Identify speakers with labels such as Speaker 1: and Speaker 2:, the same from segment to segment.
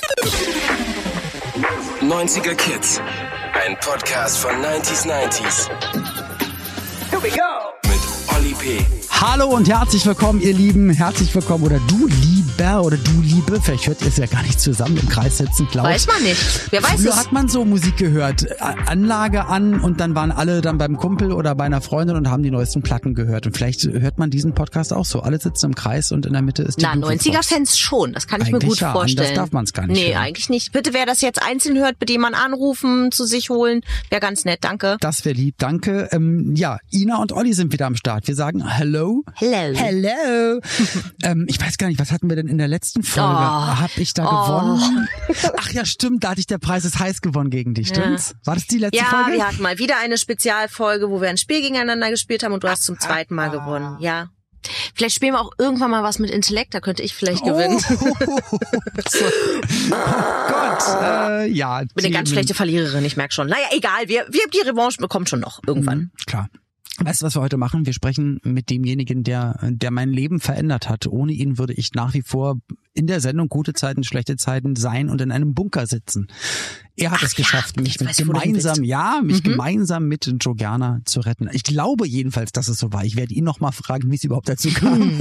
Speaker 1: 90er Kids. Ein Podcast von 90s.
Speaker 2: Here we go!
Speaker 1: Mit Olli P.
Speaker 3: Hallo und herzlich willkommen, ihr Lieben. Herzlich willkommen oder du Lieber oder du Liebe. Vielleicht hört ihr es ja gar nicht zusammen im Kreis sitzen. Laut.
Speaker 4: Weiß man nicht. Wer weiß
Speaker 3: Früher
Speaker 4: es?
Speaker 3: hat man so Musik gehört. Anlage an und dann waren alle dann beim Kumpel oder bei einer Freundin und haben die neuesten Platten gehört. Und vielleicht hört man diesen Podcast auch so. Alle sitzen im Kreis und in der Mitte ist die Bluetooth-Box.
Speaker 4: 90er-Fans schon. Das kann ich mir gut vorstellen.
Speaker 3: Das darf man es gar nicht hören.
Speaker 4: eigentlich nicht. Bitte, wer das jetzt einzeln hört, bitte jemanden anrufen, zu sich holen. Wäre ganz nett, danke.
Speaker 3: Das wäre lieb, danke. Ja, Ina und Olli sind wieder am Start. Wir sagen Hello. Hello. Ich weiß gar nicht, was hatten wir denn in der letzten Folge? Hab ich da gewonnen? Ach ja, stimmt, da hatte ich der Preis ist heiß gewonnen gegen dich, stimmt's? War das die letzte Folge?
Speaker 4: Ja, wir hatten mal wieder eine Spezialfolge, wo wir ein Spiel gegeneinander gespielt haben und du hast zum zweiten Mal gewonnen. Ja. Vielleicht spielen wir auch irgendwann mal was mit Intellekt, da könnte ich vielleicht gewinnen.
Speaker 3: Gott, ja.
Speaker 4: Ich bin eine ganz schlechte Verliererin, ich merke schon. Naja, egal, wir die Revanche bekommen schon noch irgendwann.
Speaker 3: Klar. Weißt du, was wir heute machen? Wir sprechen mit demjenigen, der mein Leben verändert hat. Ohne ihn würde ich nach wie vor in der Sendung gute Zeiten, schlechte Zeiten sein und in einem Bunker sitzen. Er hat es geschafft, mich gemeinsam mit Joe Gerner zu retten. Ich glaube jedenfalls, dass es so war. Ich werde ihn noch mal fragen, wie es überhaupt dazu kam.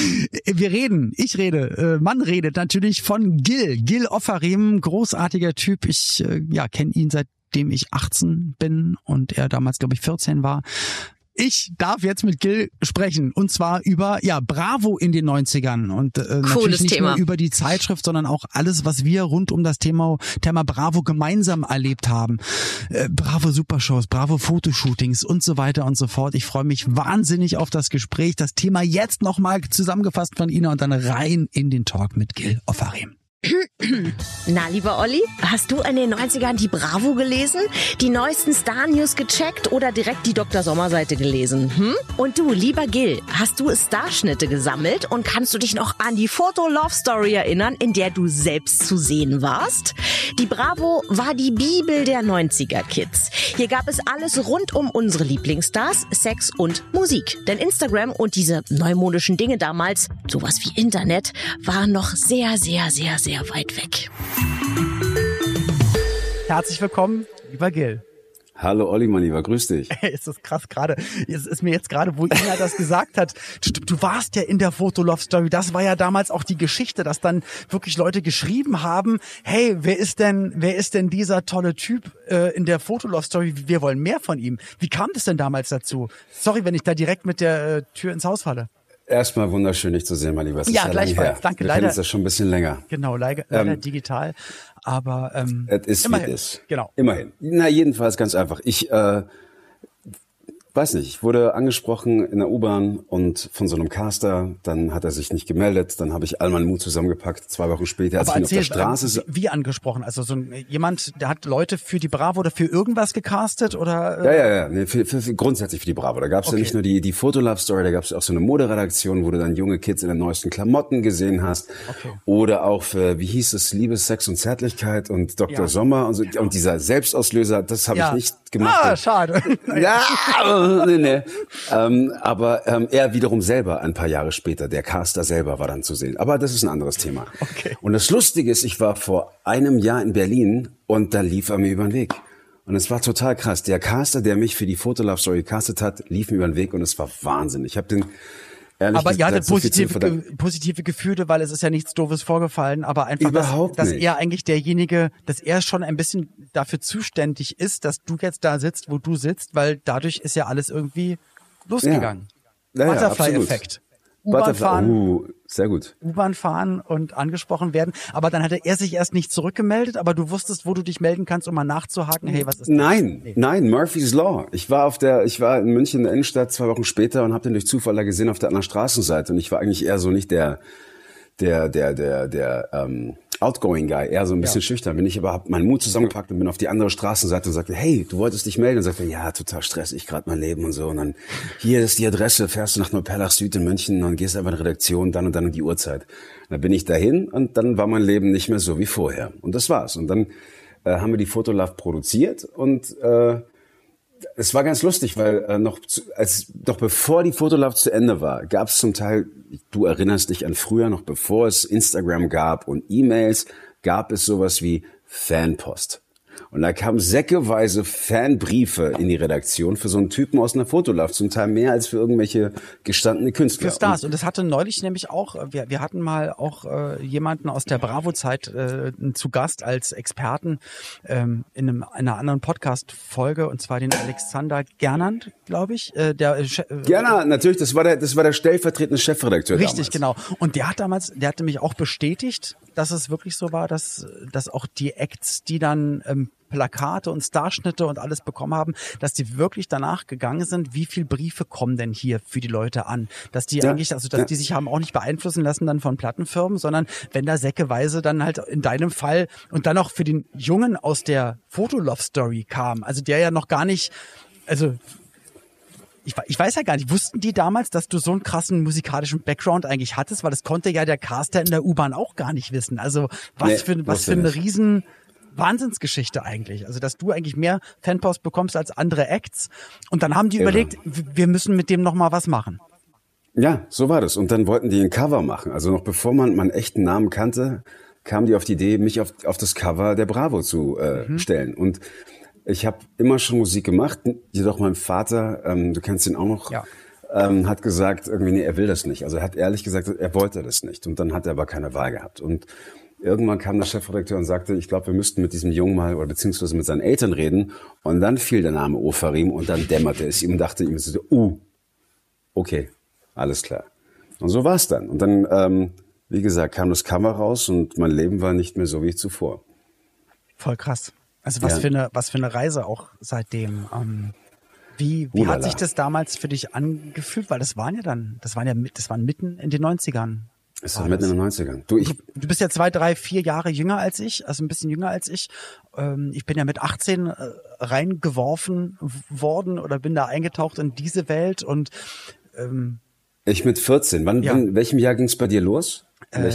Speaker 3: Man redet natürlich von Gil Ofarim, großartiger Typ. Ich kenne ihn seitdem ich 18 bin und er damals, glaube ich, 14 war. Ich darf jetzt mit Gil sprechen und zwar über Bravo in den 90ern und natürlich nicht nur über die Zeitschrift, sondern auch alles, was wir rund um das Thema Bravo gemeinsam erlebt haben. Bravo Supershows, Bravo Fotoshootings und so weiter und so fort. Ich freue mich wahnsinnig auf das Gespräch. Das Thema jetzt nochmal zusammengefasst von Ina und dann rein in den Talk mit Gil Ofarim.
Speaker 4: Na, lieber Olli, hast du in den 90ern die Bravo gelesen, die neuesten Star-News gecheckt oder direkt die Dr. Sommer-Seite gelesen? Und du, lieber Gil, hast du Starschnitte gesammelt und kannst du dich noch an die Foto-Love-Story erinnern, in der du selbst zu sehen warst? Die Bravo war die Bibel der 90er-Kids. Hier gab es alles rund um unsere Lieblingsstars, Sex und Musik. Denn Instagram und diese neumodischen Dinge damals, sowas wie Internet, waren noch sehr, sehr, sehr, sehr weit weg.
Speaker 3: Herzlich willkommen, lieber Gil.
Speaker 5: Hallo Olli, mein Lieber, grüß dich.
Speaker 3: Ist das krass gerade. Es ist mir jetzt gerade, wo Ina das gesagt hat, du warst ja in der Fotolove-Story. Das war ja damals auch die Geschichte, dass dann wirklich Leute geschrieben haben, hey, wer ist denn dieser tolle Typ in der Fotolove-Story? Wir wollen mehr von ihm. Wie kam das denn damals dazu? Sorry, wenn ich da direkt mit der Tür ins Haus falle.
Speaker 5: Erstmal wunderschön, dich zu sehen, mein Lieber.
Speaker 3: Ja, gleichfalls. Danke, leider.
Speaker 5: Wir kennen uns ja schon ein bisschen länger.
Speaker 3: Genau, leider digital. Aber
Speaker 5: es ist
Speaker 3: immerhin.
Speaker 5: Wie es ist.
Speaker 3: Genau.
Speaker 5: Immerhin. Na, jedenfalls ganz einfach. Ich weiß nicht, ich wurde angesprochen in der U-Bahn und von so einem Caster, dann hat er sich nicht gemeldet, dann habe ich all meinen Mut zusammengepackt, 2 Wochen später, als ich ihn auf der Straße...
Speaker 3: Wie angesprochen? Also so jemand, der hat Leute für die Bravo oder für irgendwas gecastet? Oder?
Speaker 5: Ja. Nee, grundsätzlich für die Bravo. Da gab es ja nicht nur die Fotolove-Story, da gab es auch so eine Moderedaktion, wo du dann junge Kids in den neuesten Klamotten gesehen hast. Okay. Oder auch für, wie hieß es, Liebe, Sex und Zärtlichkeit und Dr. Sommer und so. Ja. Und dieser Selbstauslöser, das habe ich nicht gemacht.
Speaker 3: Schade.
Speaker 5: Ja, nee. Aber er wiederum selber ein paar Jahre später, der Caster selber war dann zu sehen. Aber das ist ein anderes Thema.
Speaker 3: Okay.
Speaker 5: Und das Lustige ist, ich war vor einem Jahr in Berlin und da lief er mir über den Weg. Und es war total krass. Der Caster, der mich für die Fotolove-Story gecastet hat, lief mir über den Weg und es war Wahnsinn. Ich habe den
Speaker 3: aber ihr hattet positive Gefühle, weil es ist ja nichts Doofes vorgefallen, aber einfach, dass er eigentlich dass er schon ein bisschen dafür zuständig ist, dass du jetzt da sitzt, wo du sitzt, weil dadurch ist ja alles irgendwie losgegangen.
Speaker 5: Ja,
Speaker 3: Butterfly-Effekt. U-Bahn fahren,
Speaker 5: sehr gut.
Speaker 3: U-Bahn fahren und angesprochen werden. Aber dann hatte er sich erst nicht zurückgemeldet, aber du wusstest, wo du dich melden kannst, um mal nachzuhaken. Hey, was ist das?
Speaker 5: Nein, Murphy's Law. Ich war in München in der Innenstadt 2 Wochen später und habe den durch Zufall da gesehen auf der anderen Straßenseite. Und ich war eigentlich eher so nicht der outgoing Guy, eher so ein bisschen schüchtern. Bin ich aber, hab meinen Mut zusammengepackt und bin auf die andere Straßenseite und sagte, hey, du wolltest dich melden? Und sagte, ja, total stressig, gerade mein Leben und so. Und dann, hier ist die Adresse, fährst du nach Neuperlach Süd in München und gehst einfach in die Redaktion, dann und dann um die Uhrzeit. Und dann bin ich dahin und dann war mein Leben nicht mehr so wie vorher. Und das war's. Und dann haben wir die Fotolove produziert und es war ganz lustig, weil noch bevor die Fotolove zu Ende war, gab es zum Teil, du erinnerst dich an früher, noch bevor es Instagram gab und E-Mails, gab es sowas wie Fanpost. Und da kamen säckeweise Fanbriefe in die Redaktion für so einen Typen aus einer Fotolove, zum Teil mehr als für irgendwelche gestandene Künstler.
Speaker 3: Für Stars. Und das hatte neulich nämlich auch, wir hatten mal auch jemanden aus der Bravo-Zeit zu Gast als Experten in einer anderen Podcast-Folge, und zwar den Alexander Gernand, glaube ich.
Speaker 5: Gernand, natürlich, das war der stellvertretende Chefredakteur
Speaker 3: richtig,
Speaker 5: damals.
Speaker 3: Genau. Und der hatte mich auch bestätigt, dass es wirklich so war, dass auch die Acts, die dann Plakate und Starschnitte und alles bekommen haben, dass die wirklich danach gegangen sind, wie viel Briefe kommen denn hier für die Leute an? Dass die die sich haben auch nicht beeinflussen lassen dann von Plattenfirmen, sondern wenn da säckeweise dann halt in deinem Fall und dann auch für den Jungen aus der Fotolove-Story kam, also der ja noch gar nicht, also ich weiß ja gar nicht, wussten die damals, dass du so einen krassen musikalischen Background eigentlich hattest? Weil das konnte ja der Caster in der U-Bahn auch gar nicht wissen. Also was für eine riesen Wahnsinnsgeschichte eigentlich. Also dass du eigentlich mehr Fanpost bekommst als andere Acts. Und dann haben die überlegt, wir müssen mit dem nochmal was machen.
Speaker 5: Ja, so war das. Und dann wollten die ein Cover machen. Also noch bevor man meinen echten Namen kannte, kamen die auf die Idee, mich auf das Cover der Bravo zu stellen. Und ich habe immer schon Musik gemacht, jedoch mein Vater, du kennst ihn auch noch, hat gesagt, irgendwie, nee, er will das nicht. Also er hat ehrlich gesagt, er wollte das nicht. Und dann hat er aber keine Wahl gehabt. Und irgendwann kam der Chefredakteur und sagte, ich glaube, wir müssten mit diesem Jungen mal oder beziehungsweise mit seinen Eltern reden. Und dann fiel der Name Ofarim und dann dämmerte es ihm und dachte ihm, okay, alles klar. Und so war es dann. Und dann, wie gesagt, kam das Cover raus und mein Leben war nicht mehr so wie zuvor.
Speaker 3: Voll krass. Also was für eine Reise auch seitdem. Wie hat sich das damals für dich angefühlt? Weil das waren mitten in den 90ern.
Speaker 5: Es war mitten in den 90ern.
Speaker 3: Du bist ja 2, 3, 4 Jahre jünger als ich, also ein bisschen jünger als ich. Ich bin ja mit 18 reingeworfen worden oder bin da eingetaucht in diese Welt und
Speaker 5: ich mit 14. In welchem Jahr ging es bei dir los?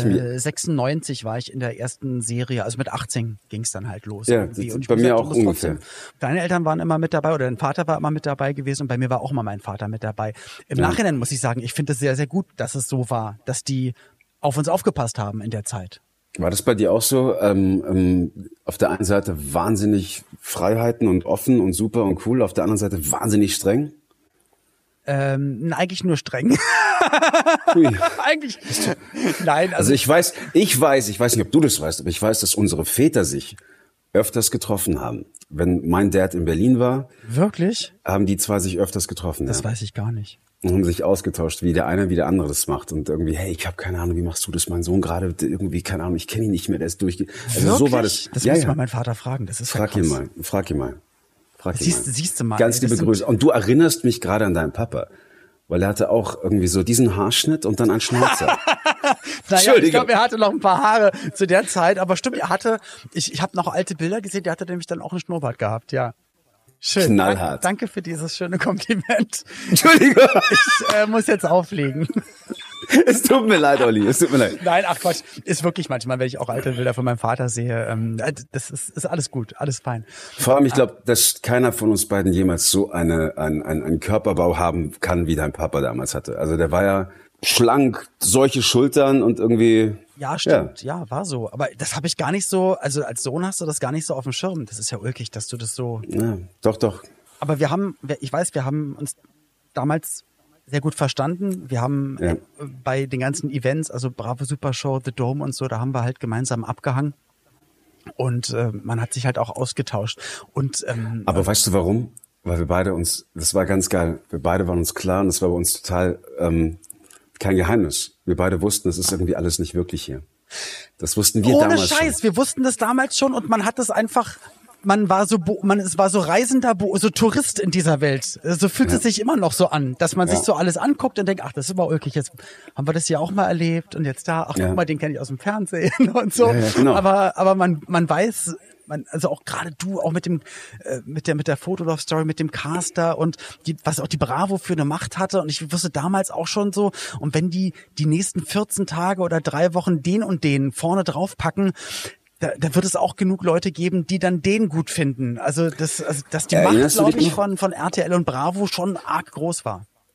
Speaker 3: 96 war ich in der ersten Serie, also mit 18 ging es dann halt los.
Speaker 5: Ja,
Speaker 3: und
Speaker 5: bei mir auch ungefähr.
Speaker 3: Deine Eltern waren immer mit dabei oder dein Vater war immer mit dabei gewesen und bei mir war auch immer mein Vater mit dabei. Im Nachhinein muss ich sagen, ich finde es sehr, sehr gut, dass es so war, dass die auf uns aufgepasst haben in der Zeit.
Speaker 5: War das bei dir auch so? Auf der einen Seite wahnsinnig Freiheiten und offen und super und cool, auf der anderen Seite wahnsinnig streng?
Speaker 3: Eigentlich nur streng. Eigentlich. Nein,
Speaker 5: also ich weiß nicht, ob du das weißt, aber ich weiß, dass unsere Väter sich öfters getroffen haben. Wenn mein Dad in Berlin war.
Speaker 3: Wirklich?
Speaker 5: Haben die zwei sich öfters getroffen.
Speaker 3: Das weiß ich gar nicht.
Speaker 5: Und haben sich ausgetauscht, wie der eine wie der andere das macht. Und irgendwie, hey, ich habe keine Ahnung, wie machst du das? Mein Sohn gerade irgendwie, keine Ahnung, ich kenne ihn nicht mehr, der ist durchge... Also
Speaker 3: wirklich?
Speaker 5: So war das.
Speaker 3: Das muss ich mal meinen Vater fragen. Das ist
Speaker 5: Frag ihn mal.
Speaker 3: Siehst du mal.
Speaker 5: Ganz liebe Grüße. Und du erinnerst mich gerade an deinen Papa. Weil er hatte auch irgendwie so diesen Haarschnitt und dann einen Schnauzer.
Speaker 3: Naja, ich glaube, er hatte noch ein paar Haare zu der Zeit. Aber stimmt, ich habe noch alte Bilder gesehen, der hatte nämlich dann auch einen Schnurrbart gehabt, ja. Schön.
Speaker 5: Knallhart.
Speaker 3: Danke für dieses schöne Kompliment.
Speaker 5: Entschuldigung.
Speaker 3: Ich muss jetzt auflegen.
Speaker 5: Es tut mir leid, Olli, es tut mir leid.
Speaker 3: Nein, ach Quatsch, ist wirklich manchmal, wenn ich auch alte Bilder von meinem Vater sehe, das ist alles gut, alles fein.
Speaker 5: Vor allem, ich glaube, dass keiner von uns beiden jemals so einen Körperbau haben kann, wie dein Papa damals hatte. Also der war ja schlank, solche Schultern und irgendwie...
Speaker 3: Ja, stimmt, ja, war so. Aber das habe ich gar nicht so, also als Sohn hast du das gar nicht so auf dem Schirm. Das ist ja ulkig, dass du das so...
Speaker 5: Ja, doch.
Speaker 3: Aber wir haben uns damals sehr gut verstanden. Wir haben bei den ganzen Events, also Bravo Super Show, The Dome und so, da haben wir halt gemeinsam abgehangen. Und man hat sich halt auch ausgetauscht. Und
Speaker 5: aber weißt du warum? Weil wir beide das war ganz geil, wir beide waren uns klar und das war bei uns total kein Geheimnis. Wir beide wussten, es ist irgendwie alles nicht wirklich hier. Das wussten wir damals schon. Ohne Scheiß,
Speaker 3: wir wussten das damals schon und man hat es einfach... es war so Reisender, so Tourist in dieser Welt. So fühlt es sich immer noch so an, dass man sich so alles anguckt und denkt, ach, das ist aber ulkig, jetzt haben wir das hier auch mal erlebt und jetzt da, ach, guck mal, den kenne ich aus dem Fernsehen und so. Ja, genau. Aber man weiß, also auch gerade du, auch mit der Fotolove-Story, mit dem Caster und was auch die Bravo für eine Macht hatte und ich wusste damals auch schon so, und wenn die nächsten 14 Tage oder 3 Wochen den und den vorne drauf packen, da wird es auch genug Leute geben, die dann den gut finden. Also dass die Macht, glaube ich, von RTL und Bravo schon arg groß war.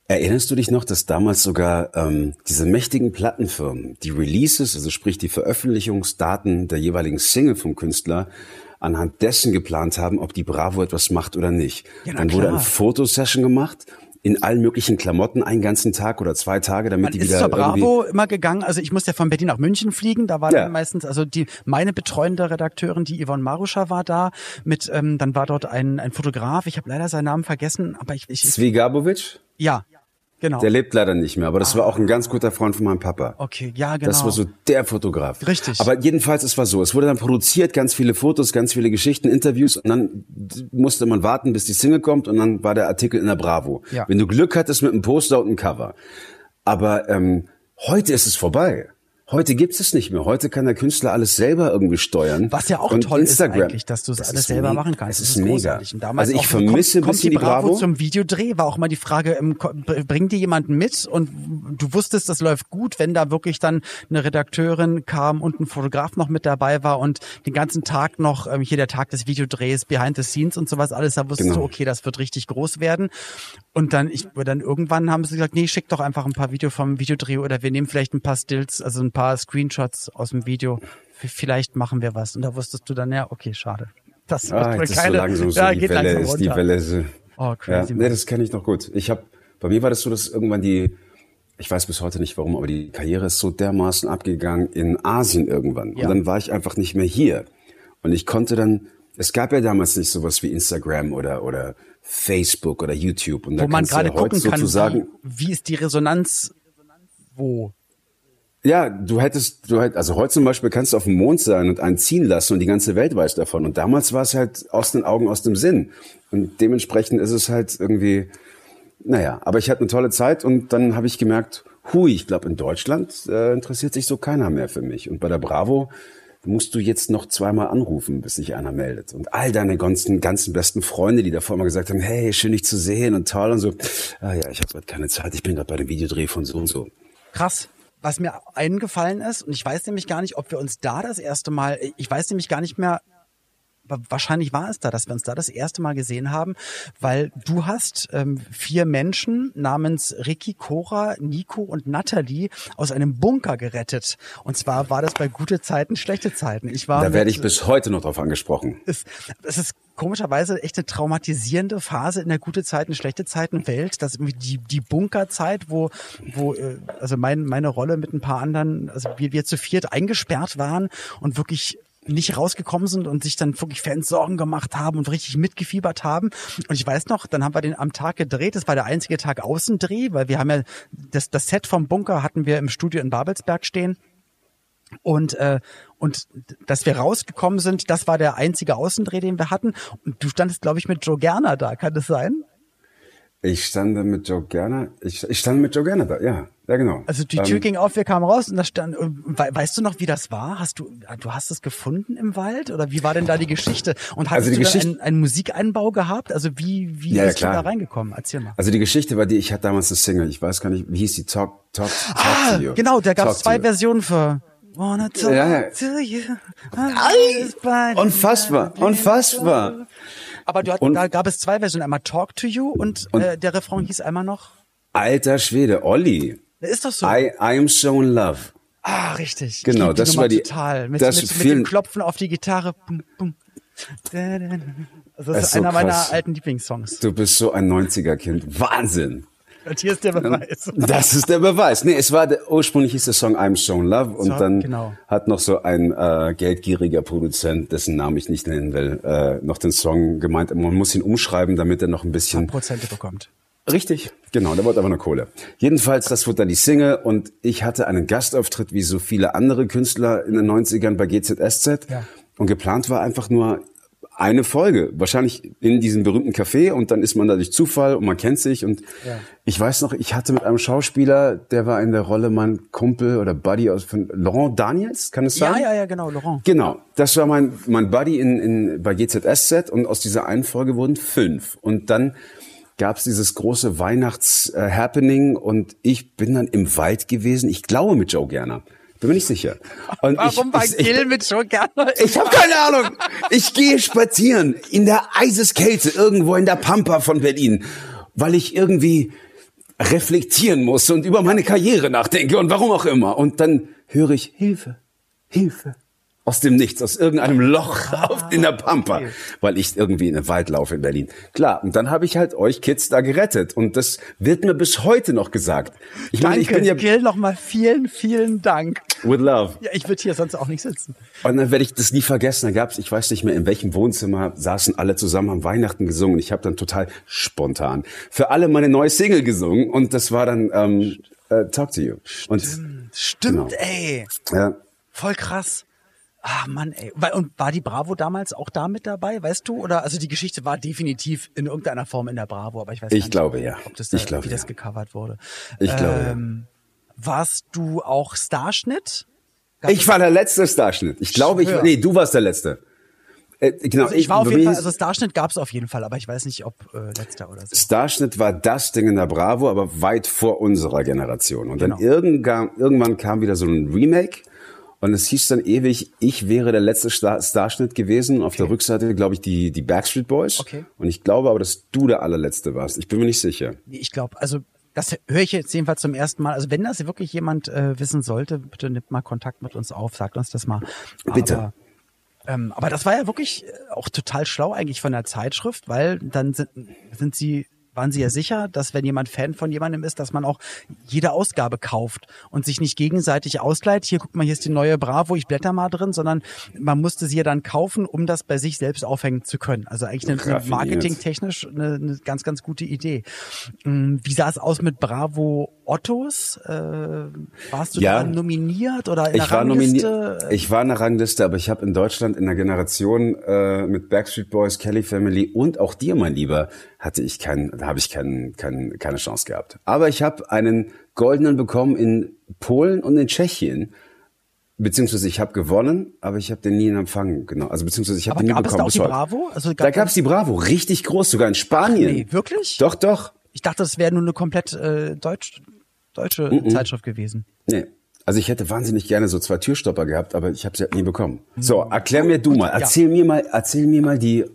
Speaker 5: Erinnerst du dich noch, dass damals sogar diese mächtigen Plattenfirmen die Releases, also sprich die Veröffentlichungsdaten der jeweiligen Single vom Künstler, anhand dessen geplant haben, ob die Bravo etwas macht oder nicht?
Speaker 3: Ja,
Speaker 5: dann wurde eine Fotosession gemacht, in allen möglichen Klamotten einen ganzen Tag oder 2 Tage, damit
Speaker 3: Man
Speaker 5: die
Speaker 3: ist
Speaker 5: wieder
Speaker 3: zur Bravo
Speaker 5: irgendwie...
Speaker 3: immer gegangen, also ich musste ja von Berlin nach München fliegen, da war dann meistens, also meine betreuende Redakteurin, die Yvonne Maruscha war da, mit dann war dort ein Fotograf, ich habe leider seinen Namen vergessen, aber ich
Speaker 5: Zwigabovic?
Speaker 3: Ja, genau.
Speaker 5: Der lebt leider nicht mehr, aber das war auch ein ganz guter Freund von meinem Papa.
Speaker 3: Okay, ja, genau.
Speaker 5: Das war so der Fotograf.
Speaker 3: Richtig.
Speaker 5: Aber jedenfalls, es war so, es wurde dann produziert, ganz viele Fotos, ganz viele Geschichten, Interviews und dann musste man warten, bis die Single kommt und dann war der Artikel in der Bravo.
Speaker 3: Ja.
Speaker 5: Wenn du Glück hattest mit einem Poster und einem Cover. Aber heute ist es vorbei. Heute gibt es nicht mehr. Heute kann der Künstler alles selber irgendwie steuern.
Speaker 3: Was ja auch
Speaker 5: und
Speaker 3: toll
Speaker 5: Instagram,
Speaker 3: ist eigentlich, dass du es alles selber machen kannst.
Speaker 5: Das ist mega.
Speaker 3: Großartig. Und damals
Speaker 5: also ich
Speaker 3: auch,
Speaker 5: vermisse ein
Speaker 3: kommt
Speaker 5: bisschen
Speaker 3: die
Speaker 5: die Bravo.
Speaker 3: Zum Videodreh war auch mal die Frage, bringt dir jemanden mit? Und du wusstest, das läuft gut, wenn da wirklich dann eine Redakteurin kam und ein Fotograf noch mit dabei war und den ganzen Tag noch, hier der Tag des Videodrehs, Behind the Scenes und sowas alles, da wusstest du, okay, das wird richtig groß werden. Und dann irgendwann haben sie gesagt, nee, schick doch einfach ein paar Video vom Videodreh oder wir nehmen vielleicht ein paar Stills, also ein paar Screenshots aus dem Video. Vielleicht machen wir was. Und da wusstest du dann, ja, okay, schade. Das wird
Speaker 5: jetzt
Speaker 3: keine,
Speaker 5: ist so langsam so,
Speaker 3: ja,
Speaker 5: die
Speaker 3: geht
Speaker 5: Welle
Speaker 3: langsam
Speaker 5: ist,
Speaker 3: runter.
Speaker 5: die Welle ist,
Speaker 3: oh, crazy.
Speaker 5: Ja, nee, das kenne ich noch gut. Bei mir war das so, dass irgendwann ich weiß bis heute nicht warum, aber die Karriere ist so dermaßen abgegangen in Asien irgendwann.
Speaker 3: Ja.
Speaker 5: Und dann war ich einfach nicht mehr hier. Und ich konnte dann, es gab ja damals nicht sowas wie Instagram oder Facebook oder YouTube. Und
Speaker 3: wo man gerade
Speaker 5: ja
Speaker 3: gucken kann,
Speaker 5: sozusagen,
Speaker 3: wie ist die Resonanz wo?
Speaker 5: Ja, also heute zum Beispiel kannst du auf dem Mond sein und einen ziehen lassen und die ganze Welt weiß davon. Und damals war es halt aus den Augen, aus dem Sinn. Und dementsprechend ist es halt irgendwie, naja, aber ich hatte eine tolle Zeit und dann habe ich gemerkt, ich glaube in Deutschland interessiert sich so keiner mehr für mich. Und bei der Bravo musst du jetzt noch 2-mal anrufen, bis sich einer meldet. Und all deine ganzen besten Freunde, die davor mal gesagt haben, hey, schön dich zu sehen und toll und so. Ja, ich habe gerade keine Zeit, ich bin gerade bei dem Videodreh von so und so.
Speaker 3: Krass. Was mir eingefallen ist, und ich weiß nämlich gar nicht, ob wir uns da das erste Mal, ich weiß nämlich gar nicht mehr, wahrscheinlich war es da, dass wir uns da das erste Mal gesehen haben, weil du hast 4 Menschen namens Ricky, Cora, Nico und Natalie aus einem Bunker gerettet. Und zwar war das bei gute Zeiten, schlechte Zeiten.
Speaker 5: Da werde ich bis heute noch drauf angesprochen.
Speaker 3: Es ist komischerweise echt eine traumatisierende Phase in der gute Zeiten, schlechte Zeiten Welt, dass irgendwie die Bunkerzeit, wo also meine Rolle mit ein paar anderen, also wir zu 4 eingesperrt waren und wirklich nicht rausgekommen sind und sich dann wirklich Fans Sorgen gemacht haben und richtig mitgefiebert haben. Und ich weiß noch, dann haben wir den am Tag gedreht. Das war der einzige Tag Außendreh, weil wir haben ja das Set vom Bunker hatten wir im Studio in Babelsberg stehen. Und dass wir rausgekommen sind, das war der einzige Außendreh, den wir hatten. Und du standest, glaube ich, mit Joe Gerner da. Kann das sein?
Speaker 5: Ich stand mit Joe Gerner da, ja. Ja, genau.
Speaker 3: Also die Tür ging auf, wir kamen raus und da stand, weißt du noch, wie das war? Du hast es gefunden im Wald? Oder wie war denn da die Geschichte? Und hast du dann einen Musikeinbau gehabt? Also wie bist du da reingekommen? Erzähl mal.
Speaker 5: Also die Geschichte war ich hatte damals eine Single, ich weiß gar nicht, wie hieß die? Talk to You.
Speaker 3: Genau, da gab es 2 Versionen für Wanna Talk to You.
Speaker 5: Unfassbar.
Speaker 3: Aber da gab es 2 Versionen, einmal Talk to You und der Refrain hieß einmal noch?
Speaker 5: Alter Schwede, Olli.
Speaker 3: Ist doch so.
Speaker 5: I am so in love.
Speaker 3: Ah, richtig.
Speaker 5: Genau, das war
Speaker 3: total. Mit dem Klopfen auf die Gitarre. Bum, bum. Also das ist einer meiner alten Lieblingssongs.
Speaker 5: Du bist so ein 90er-Kind. Wahnsinn.
Speaker 3: Und hier ist der Beweis.
Speaker 5: Das ist der Beweis. Nee, ursprünglich hieß der Song I'm So in Love und dann hat noch so ein geldgieriger Produzent, dessen Namen ich nicht nennen will, noch den Song gemeint, man muss ihn umschreiben, damit er noch ein bisschen
Speaker 3: Prozente bekommt.
Speaker 5: Richtig, genau, der wollte aber nur Kohle. Jedenfalls, das wurde dann die Single und ich hatte einen Gastauftritt wie so viele andere Künstler in den 90ern bei GZSZ und geplant war einfach nur eine Folge, wahrscheinlich in diesem berühmten Café und dann ist man da durch Zufall und man kennt sich und ich weiß noch, ich hatte mit einem Schauspieler, der war in der Rolle mein Kumpel oder Buddy von Laurent Daniels, kann es sein?
Speaker 3: Ja, genau, Laurent.
Speaker 5: Genau, das war mein Buddy bei GZSZ und aus dieser einen Folge wurden 5 und dann gab's dieses große Weihnachts-Happening und ich bin dann im Wald gewesen, ich glaube mit Joe Gerner. Bin mir nicht sicher. Und
Speaker 3: warum war Gil mit Joe Gerner?
Speaker 5: Ich habe keine Ahnung. Ich gehe spazieren in der Eiseskälte irgendwo in der Pampa von Berlin, weil ich irgendwie reflektieren muss und über meine Karriere nachdenke und warum auch immer. Und dann höre ich Hilfe, Hilfe. Aus dem Nichts, aus irgendeinem Loch in der Pampa, weil ich irgendwie in den Wald laufe in Berlin. Klar, und dann habe ich halt euch Kids da gerettet. Und das wird mir bis heute noch gesagt.
Speaker 3: Ich bin ja Gil, nochmal vielen, vielen Dank.
Speaker 5: With love.
Speaker 3: Ja, ich würde hier sonst auch nicht sitzen.
Speaker 5: Und dann werde ich das nie vergessen. Da gab's, ich weiß nicht mehr, in welchem Wohnzimmer saßen alle zusammen, haben Weihnachten gesungen. Ich habe dann total spontan für alle meine neue Single gesungen. Und das war dann Talk to You.
Speaker 3: Stimmt,
Speaker 5: genau.
Speaker 3: Ey.
Speaker 5: Ja.
Speaker 3: Voll krass. Ah, Mann, ey. Und war die Bravo damals auch da mit dabei, weißt du? Oder, also die Geschichte war definitiv in irgendeiner Form in der Bravo, aber ich weiß nicht,
Speaker 5: ob
Speaker 3: das
Speaker 5: wie
Speaker 3: das gecovert wurde.
Speaker 5: Ich glaube, ja.
Speaker 3: Warst du auch Starschnitt?
Speaker 5: Ich war der letzte Starschnitt. Ich glaube, du warst der letzte. Genau,
Speaker 3: also ich war auf jeden Fall, also Starschnitt gab's auf jeden Fall, aber ich weiß nicht, ob letzter oder so.
Speaker 5: Starschnitt war das Ding in der Bravo, aber weit vor unserer Generation. Und dann irgendwann kam wieder so ein Remake. Und es hieß dann ewig, ich wäre der letzte Starschnitt gewesen. Auf der Rückseite, glaube ich, die Backstreet Boys.
Speaker 3: Okay.
Speaker 5: Und ich glaube aber, dass du der allerletzte warst. Ich bin mir nicht sicher.
Speaker 3: Ich glaube, also das höre ich jetzt jedenfalls zum ersten Mal. Also wenn das wirklich jemand wissen sollte, bitte nimmt mal Kontakt mit uns auf, sagt uns das mal.
Speaker 5: Bitte.
Speaker 3: Aber das war ja wirklich auch total schlau eigentlich von der Zeitschrift, weil dann waren sie ja sicher, dass wenn jemand Fan von jemandem ist, dass man auch jede Ausgabe kauft und sich nicht gegenseitig ausleiht. Hier, guck mal, hier ist die neue Bravo, ich blätter mal drin, sondern man musste sie ja dann kaufen, um das bei sich selbst aufhängen zu können. Also eigentlich eine marketingtechnisch eine ganz, ganz gute Idee. Wie sah es aus mit Bravo Ottos? Warst du da nominiert oder in der Rangliste?
Speaker 5: Ich war in der Rangliste, aber ich habe in Deutschland in der Generation mit Backstreet Boys, Kelly Family und auch dir, mein Lieber, habe ich keine Chance gehabt. Aber ich habe einen Goldenen bekommen in Polen und in Tschechien. Beziehungsweise ich habe gewonnen, aber ich habe den nie in Empfang genommen. Also beziehungsweise ich habe den nie bekommen.
Speaker 3: Aber gab es da auch die Bravo? Also
Speaker 5: da gab es die Bravo, richtig groß, sogar in Spanien.
Speaker 3: Ach nee, wirklich?
Speaker 5: Doch.
Speaker 3: Ich dachte, das wäre nur eine komplett deutsche Zeitschrift gewesen.
Speaker 5: Nee. Also ich hätte wahnsinnig gerne so 2 Türstopper gehabt, aber ich habe sie nie bekommen. So, erklär mir du mal, erzähl mir mal die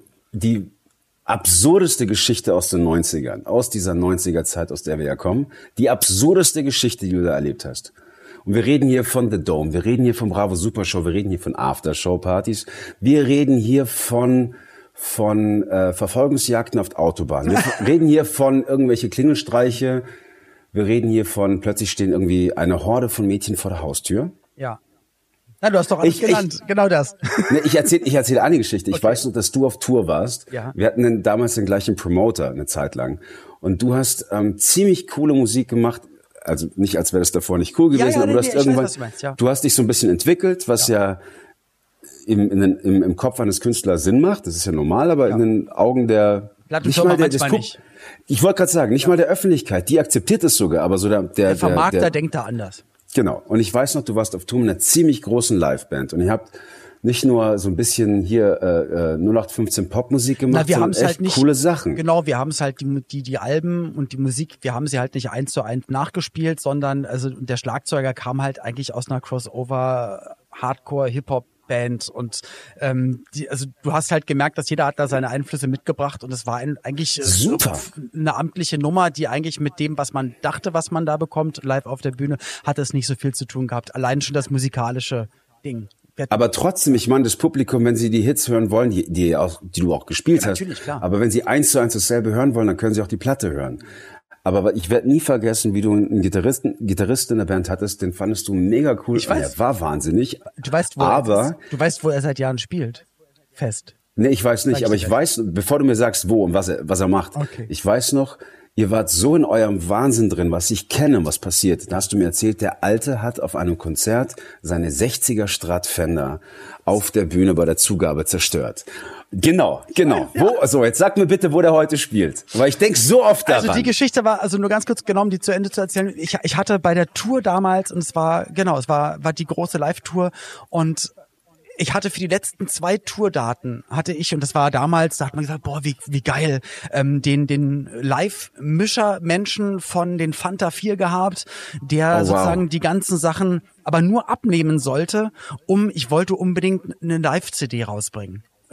Speaker 5: absurdeste Geschichte aus den 90ern, aus dieser 90er-Zeit, aus der wir ja kommen. Die absurdeste Geschichte, die du da erlebt hast. Und wir reden hier von The Dome, wir reden hier von Bravo Super Show, wir reden hier von Aftershow-Partys, wir reden hier von Verfolgungsjagden auf Autobahnen, wir reden hier von irgendwelche Klingelstreiche, wir reden hier von, plötzlich stehen irgendwie eine Horde von Mädchen vor der Haustür.
Speaker 3: Ja. Na, du hast doch alles genannt, genau das.
Speaker 5: Ne, ich erzähle eine Geschichte. Ich weiß noch, dass du auf Tour warst.
Speaker 3: Ja.
Speaker 5: Wir hatten damals den gleichen Promoter eine Zeit lang. Und du hast ziemlich coole Musik gemacht. Also nicht, als wäre das davor nicht cool gewesen, aber du hast irgendwann, weiß, was du meinst, ja. Du hast dich so ein bisschen entwickelt, was ja im Kopf eines Künstlers Sinn macht. Das ist ja normal, aber in den Augen der nicht mal nicht. Ich wollte gerade sagen, nicht mal der Öffentlichkeit, die akzeptiert es sogar, aber so der
Speaker 3: Vermarkter denkt da anders.
Speaker 5: Genau. Und ich weiß noch, du warst auf Tour mit einer ziemlich großen Liveband und ihr habt nicht nur so ein bisschen hier 0815 Popmusik gemacht, sondern echt halt nicht, coole Sachen.
Speaker 3: Genau, wir haben es halt die Alben und die Musik, wir haben sie halt nicht 1:1 nachgespielt, sondern also der Schlagzeuger kam halt eigentlich aus einer Crossover Hardcore Hip-Hop Band und also du hast halt gemerkt, dass jeder hat da seine Einflüsse mitgebracht und es war eigentlich
Speaker 5: super
Speaker 3: eine amtliche Nummer, die eigentlich mit dem, was man dachte, was man da bekommt, live auf der Bühne, hat es nicht so viel zu tun gehabt. Allein schon das musikalische Ding.
Speaker 5: Aber trotzdem, ich meine, das Publikum, wenn sie die Hits hören wollen, die du auch gespielt hast,
Speaker 3: klar.
Speaker 5: Aber wenn sie 1:1 dasselbe hören wollen, dann können sie auch die Platte hören. Aber ich werde nie vergessen, wie du einen Gitarristen in der Band hattest, den fandest du mega cool.
Speaker 3: Ich weiß.
Speaker 5: Er war wahnsinnig.
Speaker 3: Du weißt, wo er seit Jahren spielt. Fest.
Speaker 5: Nee, ich weiß nicht, aber ich weiß, bevor du mir sagst, wo und was er macht.
Speaker 3: Okay.
Speaker 5: Ich weiß noch, ihr wart so in eurem Wahnsinn drin, was ich kenne, was passiert. Da hast du mir erzählt, der Alte hat auf einem Konzert seine 60er Strat Fender auf der Bühne bei der Zugabe zerstört. Genau. Ja. So, jetzt sag mir bitte, wo der heute spielt. Weil ich denke so oft daran.
Speaker 3: Also die Geschichte war, also nur ganz kurz genommen, die zu Ende zu erzählen. Ich hatte bei der Tour damals, und es war die große Live-Tour und ich hatte für die letzten 2 Tourdaten und das war damals, da hat man gesagt, boah, wie geil, den Live-Mischer-Menschen von den Fanta 4 gehabt, der sozusagen die ganzen Sachen aber nur abnehmen sollte, ich wollte unbedingt eine Live-CD rausbringen. Und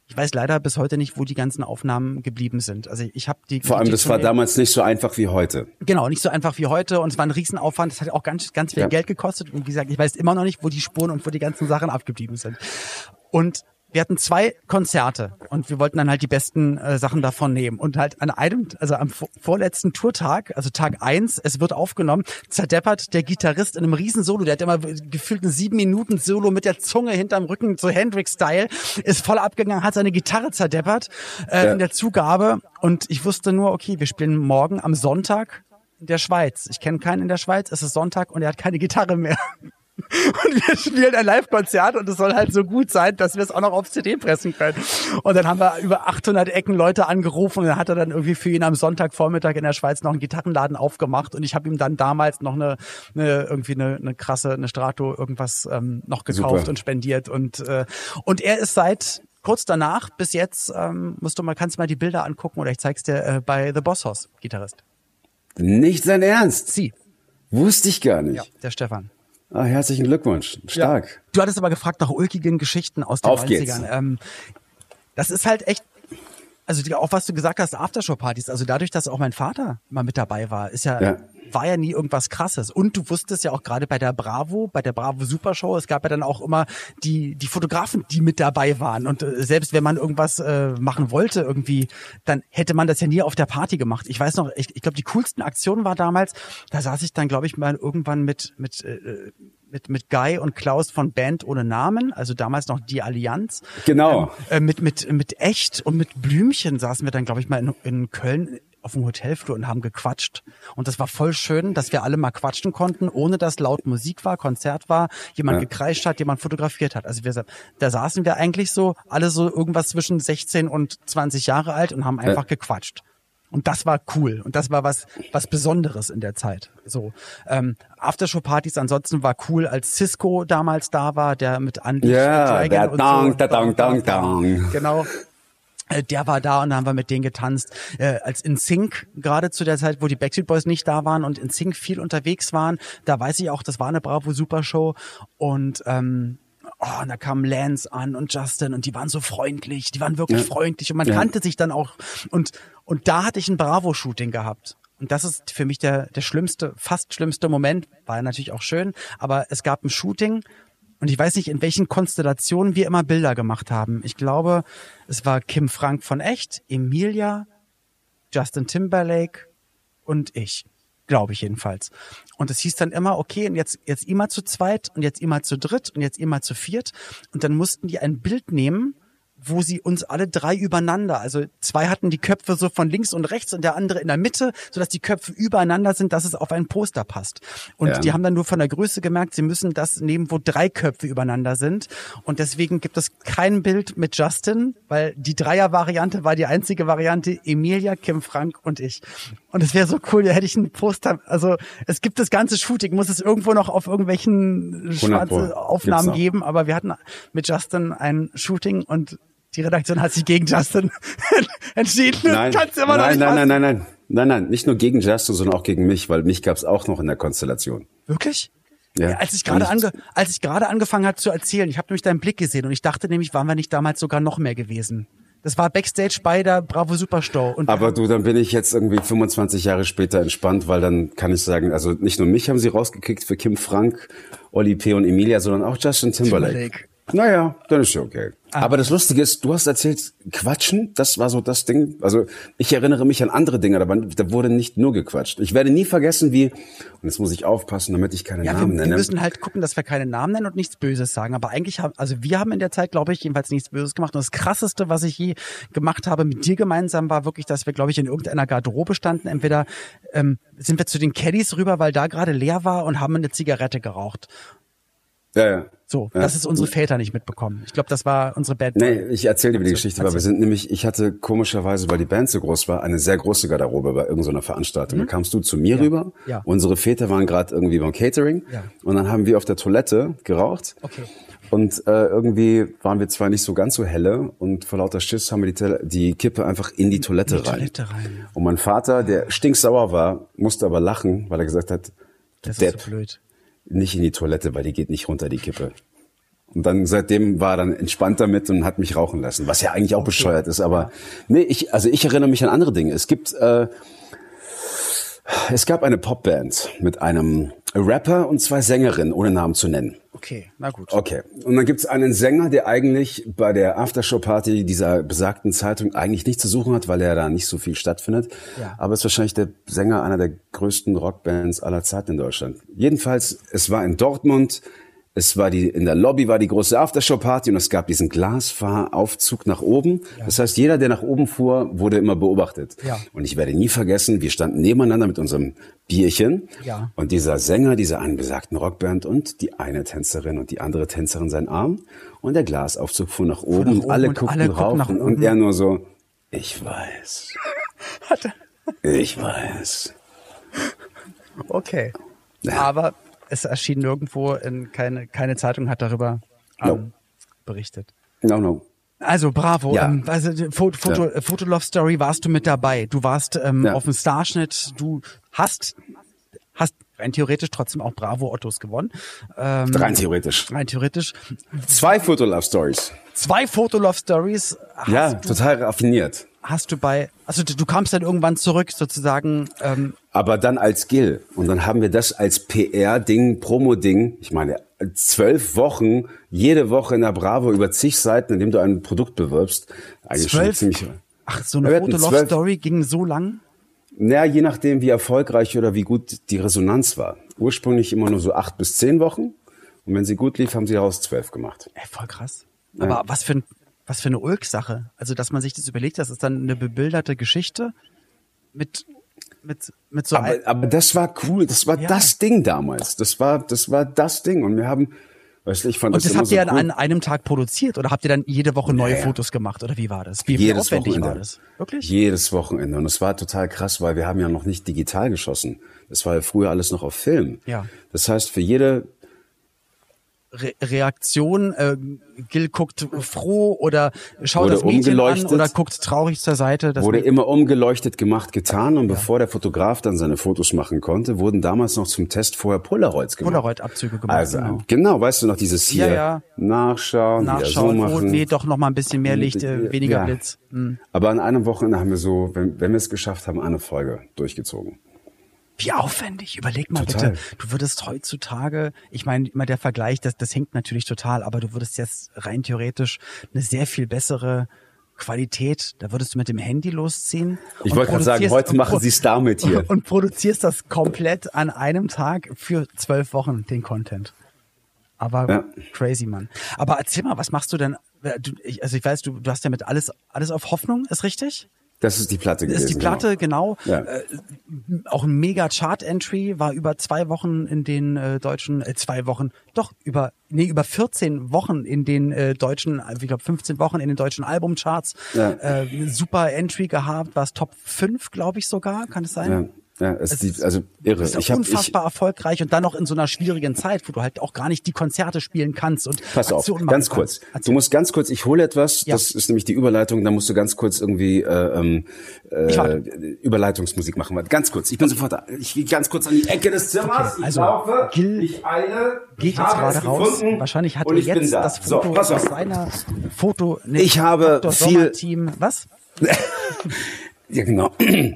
Speaker 3: Ich weiß leider bis heute nicht, wo die ganzen Aufnahmen geblieben sind. Also ich habe die...
Speaker 5: Vor allem, das war damals nicht so einfach wie heute.
Speaker 3: Genau, nicht so einfach wie heute und es war ein Riesenaufwand. Das hat auch ganz viel Geld gekostet und wie gesagt, ich weiß immer noch nicht, wo die Spuren und wo die ganzen Sachen abgeblieben sind. Und wir hatten 2 Konzerte und wir wollten dann halt die besten Sachen davon nehmen. Und halt an einem, also am vorletzten Tourtag, also Tag 1, es wird aufgenommen, zerdeppert der Gitarrist in einem Riesen-Solo, der hat immer gefühlt ein 7-Minuten-Solo mit der Zunge hinterm Rücken, so Hendrix-Style, ist voll abgegangen, hat seine Gitarre zerdeppert in der Zugabe. Und ich wusste nur, okay, wir spielen morgen am Sonntag in der Schweiz. Ich kenne keinen in der Schweiz, es ist Sonntag und er hat keine Gitarre mehr. Und wir spielen ein Live-Konzert und es soll halt so gut sein, dass wir es auch noch auf CD pressen können. Und dann haben wir über 800 Ecken Leute angerufen und dann hat er dann irgendwie für ihn am Sonntagvormittag in der Schweiz noch einen Gitarrenladen aufgemacht und ich habe ihm dann damals noch eine krasse, eine Strato irgendwas noch gekauft. Super. Und spendiert und er ist seit kurz danach bis jetzt, kannst du mal die Bilder angucken oder ich zeig's dir, bei The Boss Hoss Gitarrist.
Speaker 5: Nicht sein Ernst?
Speaker 3: Sie.
Speaker 5: Wusste ich gar nicht.
Speaker 3: Ja, der Stefan.
Speaker 5: Ah, herzlichen Glückwunsch. Stark.
Speaker 3: Ja. Du hattest aber gefragt nach ulkigen Geschichten aus den 90ern. Das ist halt echt, also auch was du gesagt hast, Aftershow-Partys, also dadurch, dass auch mein Vater mal mit dabei war, war ja nie irgendwas Krasses. Und du wusstest ja auch gerade bei der Bravo Super Show, es gab ja dann auch immer die Fotografen, die mit dabei waren. Und selbst wenn man irgendwas machen wollte irgendwie, dann hätte man das ja nie auf der Party gemacht. Ich weiß noch, ich glaube, die coolsten Aktionen war damals, da saß ich dann, glaube ich, mal irgendwann mit Guy und Klaus von Band ohne Namen, also damals noch die Allianz.
Speaker 5: Genau.
Speaker 3: Mit Echt und mit Blümchen saßen wir dann, glaube ich, mal in Köln auf dem Hotelflur und haben gequatscht. Und das war voll schön, dass wir alle mal quatschen konnten, ohne dass laut Musik war, Konzert war, jemand gekreischt hat, jemand fotografiert hat. Also da saßen wir eigentlich so, alle so irgendwas zwischen 16 und 20 Jahre alt und haben einfach gequatscht. Und das war cool. Und das war was Besonderes in der Zeit. So, Aftershow-Partys ansonsten war cool, als Cisco damals da war, der mit Andy
Speaker 5: der
Speaker 3: Dang. Genau. Der war da und dann haben wir mit denen getanzt. Als NSYNC, gerade zu der Zeit, wo die Backstreet Boys nicht da waren und NSYNC viel unterwegs waren, da weiß ich auch, das war eine Bravo Super Show und und da kamen Lance an und Justin und die waren so freundlich, die waren wirklich freundlich und man kannte sich dann auch und da hatte ich ein Bravo-Shooting gehabt. Und das ist für mich der fast schlimmste Moment, war ja natürlich auch schön, aber es gab ein Shooting und ich weiß nicht, in welchen Konstellationen wir immer Bilder gemacht haben. Ich glaube, es war Kim Frank von Echt, Emilia, Justin Timberlake und ich. Glaube ich jedenfalls. Und es hieß dann immer, okay, und jetzt immer zu zweit und jetzt immer zu dritt und jetzt immer zu viert. Und dann mussten die ein Bild nehmen, wo sie uns alle 3 übereinander, also 2 hatten die Köpfe so von links und rechts und der andere in der Mitte, sodass die Köpfe übereinander sind, dass es auf ein Poster passt. Und die haben dann nur von der Größe gemerkt, sie müssen das nehmen, wo 3 Köpfe übereinander sind. Und deswegen gibt es kein Bild mit Justin, weil die Dreier-Variante war die einzige Variante, Emilia, Kim Frank und ich. Und es wäre so cool, da hätte ich ein Poster, also es gibt das ganze Shooting, muss es irgendwo noch auf irgendwelchen schwarzen Aufnahmen geben, aber wir hatten mit Justin ein Shooting und die Redaktion hat sich gegen Justin entschieden.
Speaker 5: Nein, nicht nur gegen Justin, sondern auch gegen mich, weil mich gab's auch noch in der Konstellation.
Speaker 3: Wirklich?
Speaker 5: Ja.
Speaker 3: Als ich gerade angefangen habe zu erzählen, ich habe nämlich deinen Blick gesehen und ich dachte nämlich, waren wir nicht damals sogar noch mehr gewesen. Das war Backstage bei der Bravo Supershow.
Speaker 5: Aber dann bin ich jetzt irgendwie 25 Jahre später entspannt, weil dann kann ich sagen, also nicht nur mich haben sie rausgekickt für Kim Frank, Oli P. und Emilia, sondern auch Justin Timberlake. Naja, dann ist ja okay. Aber das Lustige ist, du hast erzählt, Quatschen, das war so das Ding. Also ich erinnere mich an andere Dinge, aber da wurde nicht nur gequatscht. Ich werde nie vergessen, und jetzt muss ich aufpassen, damit ich keine Namen nenne.
Speaker 3: Wir müssen halt gucken, dass wir keine Namen nennen und nichts Böses sagen. Aber eigentlich wir haben in der Zeit, glaube ich, jedenfalls nichts Böses gemacht. Und das Krasseste, was ich je gemacht habe mit dir gemeinsam, war wirklich, dass wir, glaube ich, in irgendeiner Garderobe standen. Entweder sind wir zu den Caddies rüber, weil da gerade leer war und haben eine Zigarette geraucht.
Speaker 5: Ja.
Speaker 3: So, das ist unsere Väter nicht mitbekommen. Ich glaube, das war unsere Band.
Speaker 5: Nee, ich erzähle dir die Geschichte, weil ich hatte komischerweise, weil die Band so groß war, eine sehr große Garderobe bei irgendeiner Veranstaltung. Da kamst du zu mir rüber. Ja. Unsere Väter waren gerade irgendwie beim Catering. Ja. Und dann haben wir auf der Toilette geraucht. Okay. Und irgendwie waren wir zwar nicht so ganz so helle und vor lauter Schiss haben wir die Kippe einfach in die Toilette rein. Und mein Vater, der stinksauer war, musste aber lachen, weil er gesagt hat,
Speaker 3: das ist so blöd.
Speaker 5: Nicht in die Toilette, weil die geht nicht runter, die Kippe. Und dann seitdem war er dann entspannt damit und hat mich rauchen lassen, was ja eigentlich auch bescheuert ist. Aber nee, ich erinnere mich an andere Dinge. Es gab eine Popband mit einem Rapper und 2 Sängerinnen, ohne Namen zu nennen.
Speaker 3: Okay, na gut.
Speaker 5: Okay. Und dann gibt's einen Sänger, der eigentlich bei der Aftershow-Party dieser besagten Zeitung eigentlich nichts zu suchen hat, weil er da nicht so viel stattfindet. Ja. Aber ist wahrscheinlich der Sänger einer der größten Rockbands aller Zeiten in Deutschland. Jedenfalls, es war in Dortmund. In der Lobby war die große Aftershow-Party und es gab diesen Glasfahraufzug nach oben. Ja. Das heißt, jeder, der nach oben fuhr, wurde immer beobachtet. Ja. Und ich werde nie vergessen, wir standen nebeneinander mit unserem Bierchen. Ja. Und dieser Sänger dieser einen besagten Rockband und die eine Tänzerin und die andere Tänzerin seinen Arm. Und der Glasaufzug fuhr nach oben und alle guckten rauf. Und er nur so, ich weiß. Ich weiß.
Speaker 3: Okay. Ja. Aber es erschien nirgendwo, keine Zeitung hat darüber berichtet.
Speaker 5: No.
Speaker 3: Also Bravo, Fotolove Story warst du mit dabei. Du warst auf dem Starschnitt. Du hast rein theoretisch trotzdem auch Bravo Ottos gewonnen.
Speaker 5: Rein theoretisch. 2 Fotolove Stories.
Speaker 3: 2 Fotolove Stories.
Speaker 5: Total raffiniert.
Speaker 3: Du kamst dann irgendwann zurück sozusagen.
Speaker 5: Aber dann als Gil. Und dann haben wir das als PR-Ding, Promo-Ding. Ich meine, 12 Wochen, jede Woche in der Bravo über zig Seiten, in dem du ein Produkt bewirbst. Eigentlich
Speaker 3: 12?
Speaker 5: schon ziemlich.
Speaker 3: Ach, so eine Fotolove-Story ging so lang?
Speaker 5: Naja, je nachdem, wie erfolgreich oder wie gut die Resonanz war. Ursprünglich immer nur so 8 bis 10 Wochen. Und wenn sie gut lief, haben sie daraus 12 gemacht.
Speaker 3: Voll krass. Aber was für eine Ulk-Sache. Also, dass man sich das überlegt, das ist dann eine bebilderte Geschichte mit so
Speaker 5: aber das war cool. Das war das Ding damals. Das war das Ding. Und wir haben, ich fand
Speaker 3: und das
Speaker 5: immer
Speaker 3: habt
Speaker 5: so
Speaker 3: ihr
Speaker 5: cool.
Speaker 3: an einem Tag produziert oder habt ihr dann jede Woche neue Fotos gemacht oder wie war das? Wie aufwendig war das? Wirklich?
Speaker 5: Jedes Wochenende. Und es war total krass, weil wir haben ja noch nicht digital geschossen. Das war ja früher alles noch auf Film. Ja. Das heißt, für jede
Speaker 3: Reaktion, Gil guckt froh oder schaut das Mädchen an oder guckt traurig zur Seite.
Speaker 5: Wurde immer umgeleuchtet, gemacht, getan und bevor der Fotograf dann seine Fotos machen konnte, wurden damals noch zum Test vorher Polaroids gemacht.
Speaker 3: Polaroid-Abzüge gemacht,
Speaker 5: also, genau, weißt du noch, dieses hier, Nachschauen, wieder so machen.
Speaker 3: Nee, doch noch mal ein bisschen mehr Licht, weniger Blitz.
Speaker 5: Aber an einem Wochenende haben wir so, wenn wir es geschafft haben, eine Folge durchgezogen.
Speaker 3: Wie aufwendig, überleg mal bitte, du würdest heutzutage, ich meine immer der Vergleich, das hinkt natürlich total, aber du würdest jetzt rein theoretisch eine sehr viel bessere Qualität, da würdest du mit dem Handy losziehen.
Speaker 5: Ich wollte gerade sagen, heute machen sie es damit hier.
Speaker 3: Und produzierst das komplett an einem Tag für 12 Wochen, den Content. Aber crazy, Mann. Aber erzähl mal, was machst du denn, ich weiß, du hast ja mit alles auf Hoffnung, ist richtig?
Speaker 5: Das ist die Platte gewesen.
Speaker 3: Das ist die Platte, genau. Ja. Auch ein mega Chart-Entry, war über 2 Wochen in den deutschen, 2 Wochen, über 14 Wochen in den deutschen, ich glaube 15 Wochen in den deutschen Albumcharts. Ja. Super Entry gehabt, war es Top 5, glaube ich sogar, kann es sein?
Speaker 5: Ja. Ja, also irre.
Speaker 3: Das ist unfassbar erfolgreich und dann noch in so einer schwierigen Zeit, wo du halt auch gar nicht die Konzerte spielen kannst und
Speaker 5: Pass auf, ganz kurz. Du musst ganz kurz, ich hole etwas, das ist nämlich die Überleitung, da musst du ganz kurz irgendwie Überleitungsmusik machen. Ganz kurz, ich bin sofort da. Ich gehe ganz kurz an die Ecke des Zimmers,
Speaker 3: okay, also, ich laufe, ich eile, geht jetzt gerade raus. Wahrscheinlich hat er jetzt das Foto aus seiner Foto...
Speaker 5: Ich habe viel...
Speaker 3: Team. Was?
Speaker 5: Ja, genau.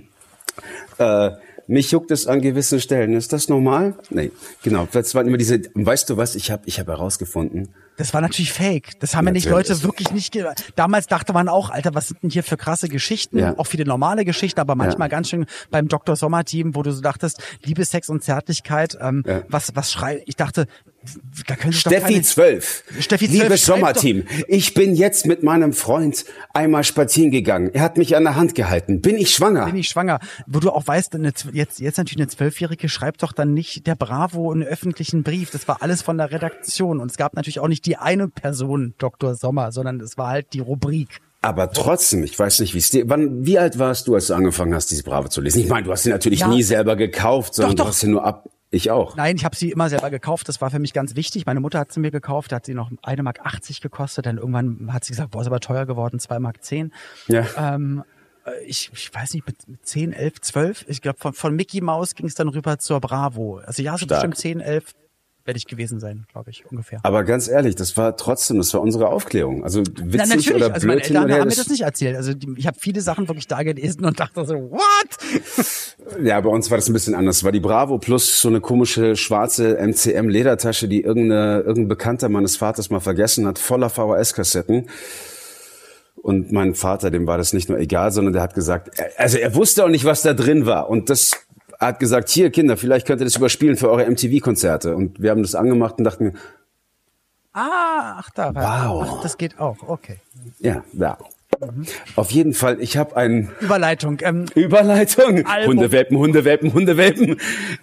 Speaker 5: Mich juckt es an gewissen Stellen. Ist das normal? Nee, genau. Das waren immer diese, weißt du was, ich hab herausgefunden.
Speaker 3: Das war natürlich fake. Das haben ja nicht Leute wirklich nicht, damals dachte man auch, Alter, was sind denn hier für krasse Geschichten? Ja. Auch viele normale Geschichten, aber manchmal ganz schön beim Dr. Sommer Team, wo du so dachtest, Liebe, Sex und Zärtlichkeit, was schreit, ich dachte, da könnte
Speaker 5: Steffi 12. Liebes Sommerteam, ich bin jetzt mit meinem Freund einmal spazieren gegangen. Er hat mich an der Hand gehalten. Bin ich schwanger?
Speaker 3: Wo du auch weißt, jetzt natürlich eine 12-Jährige schreibt doch dann nicht der Bravo einen öffentlichen Brief. Das war alles von der Redaktion. Und es gab natürlich auch nicht die eine Person, Dr. Sommer, sondern es war halt die Rubrik.
Speaker 5: Aber trotzdem, ich weiß nicht, wie alt warst du, als du angefangen hast, diese Bravo zu lesen? Ich meine, du hast sie natürlich nie selber gekauft, sondern du hast sie nur Ich auch.
Speaker 3: Nein, ich habe sie immer selber gekauft. Das war für mich ganz wichtig. Meine Mutter hat sie mir gekauft. Da hat sie noch 1,80 Mark gekostet. Dann irgendwann hat sie gesagt, boah, ist aber teuer geworden, 2,10 Mark. Ja. Ich weiß nicht, mit 10, 11, 12. Ich glaube, von Mickey Mouse ging es dann rüber zur Bravo. Also ja, so bestimmt 10, 11, werde ich gewesen sein, glaube ich, ungefähr.
Speaker 5: Aber ganz ehrlich, das war unsere Aufklärung. Also witzig oder
Speaker 3: also meine
Speaker 5: blöd hin
Speaker 3: Eltern
Speaker 5: und her.
Speaker 3: haben mir das nicht erzählt. Also ich habe viele Sachen wirklich da gelesen und dachte so, what?
Speaker 5: Ja, bei uns war das ein bisschen anders. Es war die Bravo plus so eine komische schwarze MCM-Ledertasche, die irgendein Bekannter meines Vaters mal vergessen hat, voller VHS-Kassetten. Und mein Vater, dem war das nicht nur egal, sondern der hat gesagt, also er wusste auch nicht, was da drin war. Und das hat gesagt, hier Kinder, vielleicht könnt ihr das überspielen für eure MTV-Konzerte. Und wir haben das angemacht und dachten,
Speaker 3: ach, da.
Speaker 5: Wow.
Speaker 3: Ach, das geht auch, okay.
Speaker 5: Ja. Auf jeden Fall, ich habe einen...
Speaker 3: Überleitung.
Speaker 5: Überleitung.
Speaker 3: Album.
Speaker 5: Hundewelpen.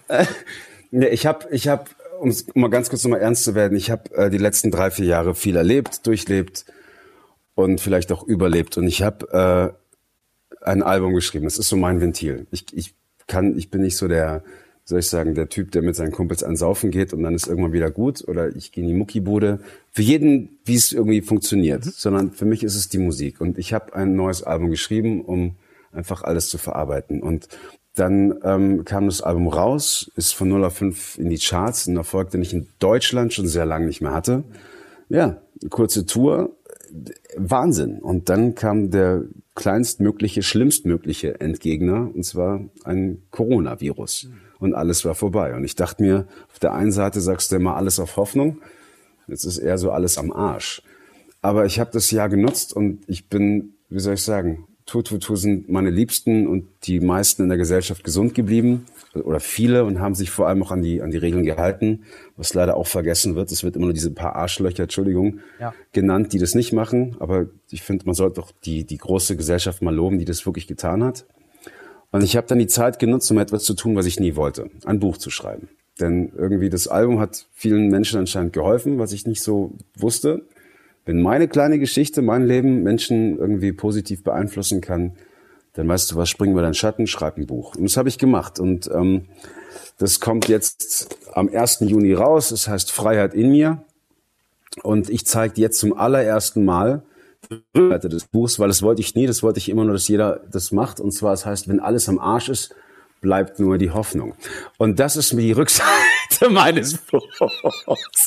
Speaker 5: Ich habe, um mal ganz kurz nochmal ernst zu werden, ich habe die letzten 3-4 Jahre viel erlebt, durchlebt und vielleicht auch überlebt. Und ich habe ein Album geschrieben. Das ist so mein Ventil. Ich bin nicht so der Typ, der mit seinen Kumpels ansaufen geht und dann ist irgendwann wieder gut oder ich gehe in die Muckibude. Für jeden, wie es irgendwie funktioniert, sondern für mich ist es die Musik. Und ich habe ein neues Album geschrieben, um einfach alles zu verarbeiten. Und dann kam das Album raus, ist von 0 auf 5 in die Charts, ein Erfolg, den ich in Deutschland schon sehr lange nicht mehr hatte. Ja, eine kurze Tour, Wahnsinn. Und dann kam der kleinstmögliche, schlimmstmögliche Entgegner, und zwar ein Coronavirus. Und alles war vorbei. Und ich dachte mir, auf der einen Seite sagst du immer alles auf Hoffnung, jetzt ist eher so alles am Arsch. Aber ich habe das Jahr genutzt und ich bin, wie soll ich sagen, sind meine Liebsten und die meisten in der Gesellschaft gesund geblieben oder viele und haben sich vor allem auch an die Regeln gehalten, was leider auch vergessen wird. Es wird immer nur diese paar Arschlöcher, genannt, die das nicht machen. Aber ich finde, man sollte doch die große Gesellschaft mal loben, die das wirklich getan hat. Und ich habe dann die Zeit genutzt, um etwas zu tun, was ich nie wollte, ein Buch zu schreiben. Denn irgendwie das Album hat vielen Menschen anscheinend geholfen, was ich nicht so wusste. Wenn meine kleine Geschichte, mein Leben Menschen irgendwie positiv beeinflussen kann, dann weißt du was, spring über deinen Schatten, schreib ein Buch. Und das habe ich gemacht. Und das kommt jetzt am 1. Juni raus. Es heißt Freiheit in mir. Und ich zeige jetzt zum allerersten Mal die Rückseite des Buchs, weil das wollte ich nie. Das wollte ich immer nur, dass jeder das macht. Und zwar, es heißt, wenn alles am Arsch ist, bleibt nur die Hoffnung. Und das ist die Rückseite meines Buchs.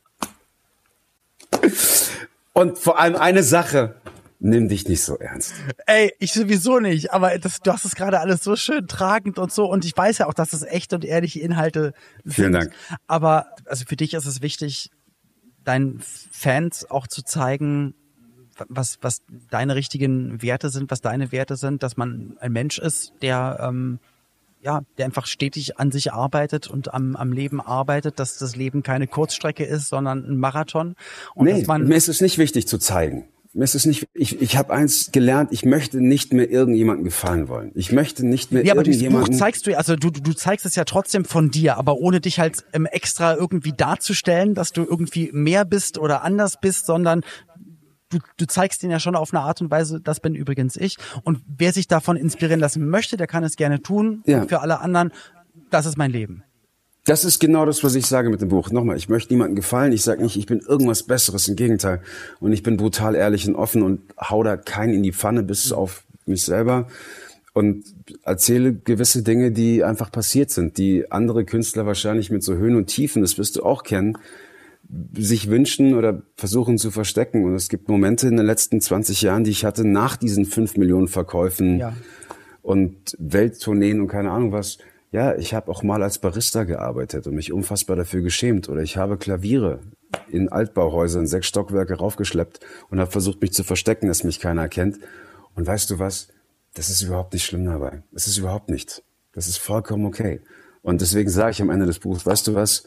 Speaker 5: Und vor allem eine Sache, nimm dich nicht so ernst.
Speaker 3: Ey, ich sowieso nicht, aber du hast es gerade alles so schön tragend und so und ich weiß ja auch, dass es echte und ehrliche Inhalte sind.
Speaker 5: Vielen Dank.
Speaker 3: Aber also für dich ist es wichtig, deinen Fans auch zu zeigen, was deine richtigen Werte sind, was deine Werte sind, dass man ein Mensch ist, der einfach stetig an sich arbeitet und am Leben arbeitet, dass das Leben keine Kurzstrecke ist, sondern ein Marathon. Und
Speaker 5: mir ist es nicht wichtig zu zeigen. Mir ist es nicht, ich habe eins gelernt, ich möchte nicht mehr irgendjemandem gefallen wollen. Ich möchte nicht mehr irgendjemandem...
Speaker 3: Aber das Buch zeigst du, also du zeigst es ja trotzdem von dir, aber ohne dich halt extra irgendwie darzustellen, dass du irgendwie mehr bist oder anders bist, sondern du zeigst ihn ja schon auf eine Art und Weise, das bin übrigens ich. Und wer sich davon inspirieren lassen möchte, der kann es gerne tun. Ja. Und für alle anderen, das ist mein Leben.
Speaker 5: Das ist genau das, was ich sage mit dem Buch. Nochmal, ich möchte niemandem gefallen. Ich sage nicht, ich bin irgendwas Besseres. Im Gegenteil. Und ich bin brutal ehrlich und offen und hau da keinen in die Pfanne bis auf mich selber. Und erzähle gewisse Dinge, die einfach passiert sind, die andere Künstler wahrscheinlich mit so Höhen und Tiefen, das wirst du auch kennen, sich wünschen oder versuchen zu verstecken. Und es gibt Momente in den letzten 20 Jahren, die ich hatte, nach diesen 5 Millionen Verkäufen und Welttourneen und keine Ahnung was. Ja, ich habe auch mal als Barista gearbeitet und mich unfassbar dafür geschämt. Oder ich habe Klaviere in Altbauhäusern 6 Stockwerke raufgeschleppt und habe versucht, mich zu verstecken, dass mich keiner erkennt. Und weißt du was? Das ist überhaupt nicht schlimm dabei. Das ist überhaupt nicht. Das ist vollkommen okay. Und deswegen sage ich am Ende des Buchs, weißt du was?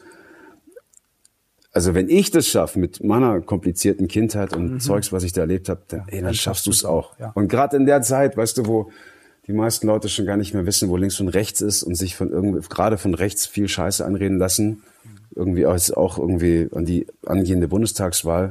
Speaker 5: Also wenn ich das schaffe mit meiner komplizierten Kindheit und Zeugs, was ich da erlebt habe, dann schaffst du es auch. Ja. Und gerade in der Zeit, weißt du, wo die meisten Leute schon gar nicht mehr wissen, wo links und rechts ist und sich gerade von rechts viel Scheiße anreden lassen, irgendwie auch irgendwie an die angehende Bundestagswahl.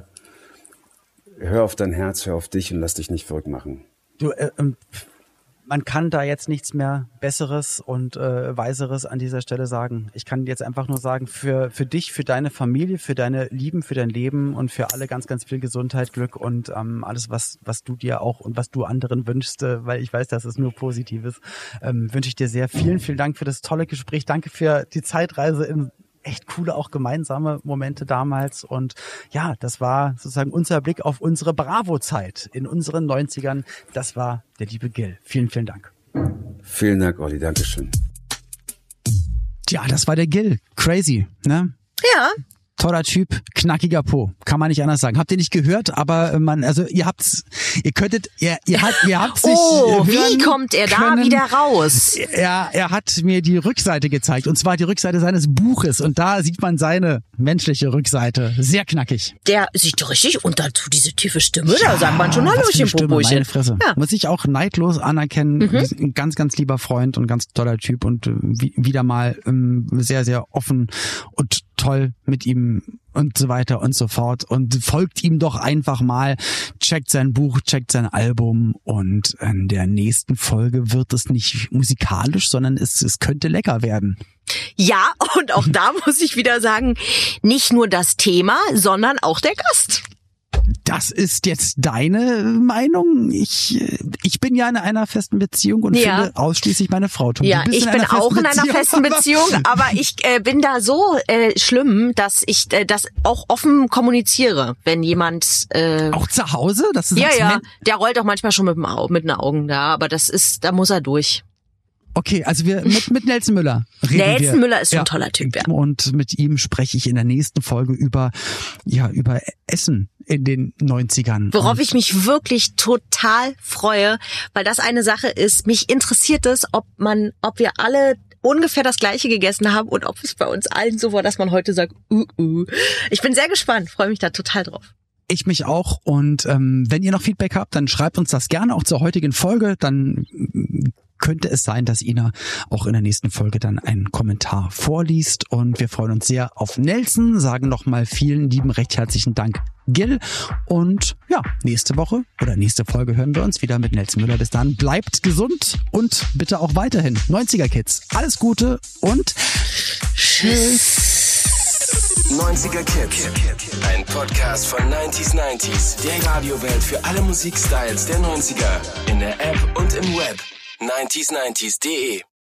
Speaker 5: Hör auf dein Herz, hör auf dich und lass dich nicht verrückt machen.
Speaker 3: Du, man kann da jetzt nichts mehr Besseres und Weiseres an dieser Stelle sagen. Ich kann jetzt einfach nur sagen, für dich, für deine Familie, für deine Lieben, für dein Leben und für alle ganz, ganz viel Gesundheit, Glück und alles, was du dir auch und was du anderen wünschst, weil ich weiß, dass es nur Positives, wünsche ich dir sehr. Vielen, vielen Dank für das tolle Gespräch. Danke für die Zeitreise in echt coole, auch gemeinsame Momente damals. Und ja, das war sozusagen unser Blick auf unsere Bravo-Zeit in unseren 90ern. Das war der liebe Gil. Vielen, vielen Dank.
Speaker 5: Vielen Dank, Olli. Dankeschön.
Speaker 3: Ja, das war der Gil. Crazy, ne?
Speaker 4: Ja.
Speaker 3: Toller Typ, knackiger Po, kann man nicht anders sagen. Habt ihr nicht gehört, aber ihr habt's sich
Speaker 4: wie kommt er da wieder raus?
Speaker 3: Er hat mir die Rückseite gezeigt, und zwar die Rückseite seines Buches, und da sieht man seine menschliche Rückseite. Sehr knackig.
Speaker 4: Der sieht richtig, und dazu diese tiefe Stimme, da sagt man schon Hallöchen, Popochen.
Speaker 3: Meine Fresse. Ja. Muss ich auch neidlos anerkennen. Ein ganz, ganz lieber Freund und ganz toller Typ und wieder mal sehr, sehr offen und toll mit ihm und so weiter und so fort, und folgt ihm doch einfach mal, checkt sein Buch, checkt sein Album, und in der nächsten Folge wird es nicht musikalisch, sondern es könnte lecker werden.
Speaker 4: Ja, und auch da muss ich wieder sagen, nicht nur das Thema, sondern auch der Gast.
Speaker 3: Das ist jetzt deine Meinung. Ich bin ja in einer festen Beziehung und finde ausschließlich meine Frau. Tom,
Speaker 4: ja, ich bin auch in einer festen Beziehung, aber ich bin da so schlimm, dass ich das auch offen kommuniziere, wenn jemand
Speaker 3: auch zu Hause, dass du
Speaker 4: sagst, der rollt auch manchmal schon mit den Augen da, aber da muss er durch.
Speaker 3: Okay, also wir mit Nelson Müller reden.
Speaker 4: Nelson Müller ist schon ein toller Typ, ja.
Speaker 3: Und mit ihm spreche ich in der nächsten Folge über Essen in den 90ern.
Speaker 4: Worauf ich mich wirklich total freue, weil das eine Sache ist, mich interessiert es, ob wir alle ungefähr das Gleiche gegessen haben und ob es bei uns allen so war, dass man heute sagt, Ich bin sehr gespannt, freue mich da total drauf.
Speaker 3: Ich mich auch, und wenn ihr noch Feedback habt, dann schreibt uns das gerne auch zur heutigen Folge, dann könnte es sein, dass Ina auch in der nächsten Folge dann einen Kommentar vorliest, und wir freuen uns sehr auf Nelson, sagen nochmal vielen lieben, recht herzlichen Dank, Gil, und ja, nächste Folge hören wir uns wieder mit Nelson Müller. Bis dann, bleibt gesund und bitte auch weiterhin 90er Kids. Alles Gute und tschüss.
Speaker 1: 90er Kids, ein Podcast von 90s, der Radiowelt für alle Musikstyles der 90er, in der App und im Web. 90s90s.de